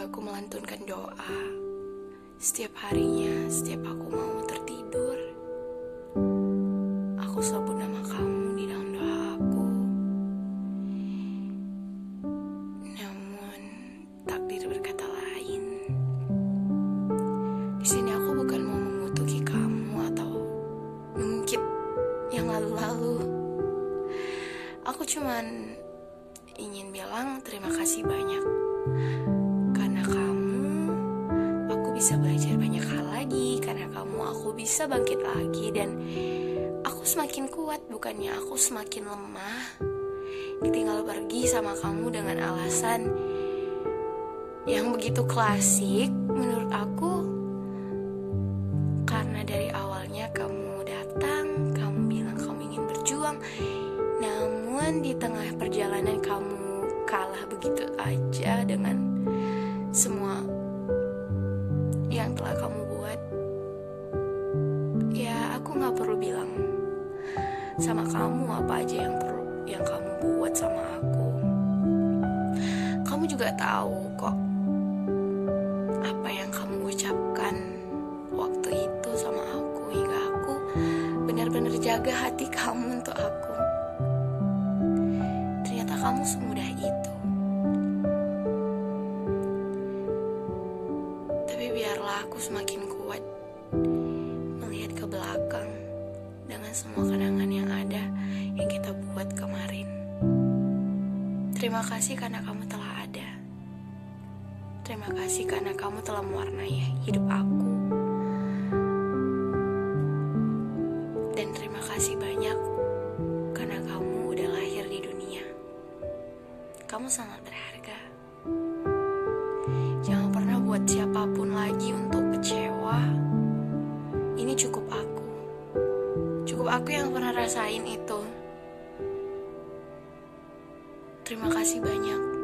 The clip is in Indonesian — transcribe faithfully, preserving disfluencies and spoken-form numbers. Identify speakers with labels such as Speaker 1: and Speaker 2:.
Speaker 1: aku melantunkan doa setiap harinya, setiap aku mau tertidur. Aku sebut nama kamu di dalam doa aku. Namun takdir berkata lain. Di sini aku bukan mau mengutuki kamu atau mengungkit yang lalu-lalu. Aku cuman ingin bilang terima kasih banyak. Karena kamu, aku bisa belajar banyak hal lagi. Karena kamu, aku bisa bangkit lagi. Dan aku semakin kuat, bukannya aku semakin lemah. Ditinggal pergi sama kamu dengan alasan yang begitu klasik menurut aku. Karena dari awalnya kamu datang, kamu bilang kamu ingin berjuang. Namun di tengah perjalanan kamu kalah begitu aja dengan semua yang telah kamu buat. Ya, aku gak perlu bilang sama kamu apa aja yang perlu yang kamu buat sama aku. Kamu juga tahu kok apa yang kamu ucapkan waktu itu sama aku, hingga aku benar-benar jaga hati kamu untuk aku. Ternyata kamu semudah itu. Tapi biarlah aku semakin kuat melihat ke belakang dengan semua kenangan yang ada yang kita buat kemarin. Terima kasih karena kamu telah ada. Terima kasih karena kamu telah mewarnai hidup aku. Dan terima kasih banyak karena kamu udah lahir di dunia. Kamu sangat berharga. Jangan pernah buat siapapun lagi untuk kecewa. Ini cukup aku. Cukup aku yang pernah rasain itu. Terima kasih banyak.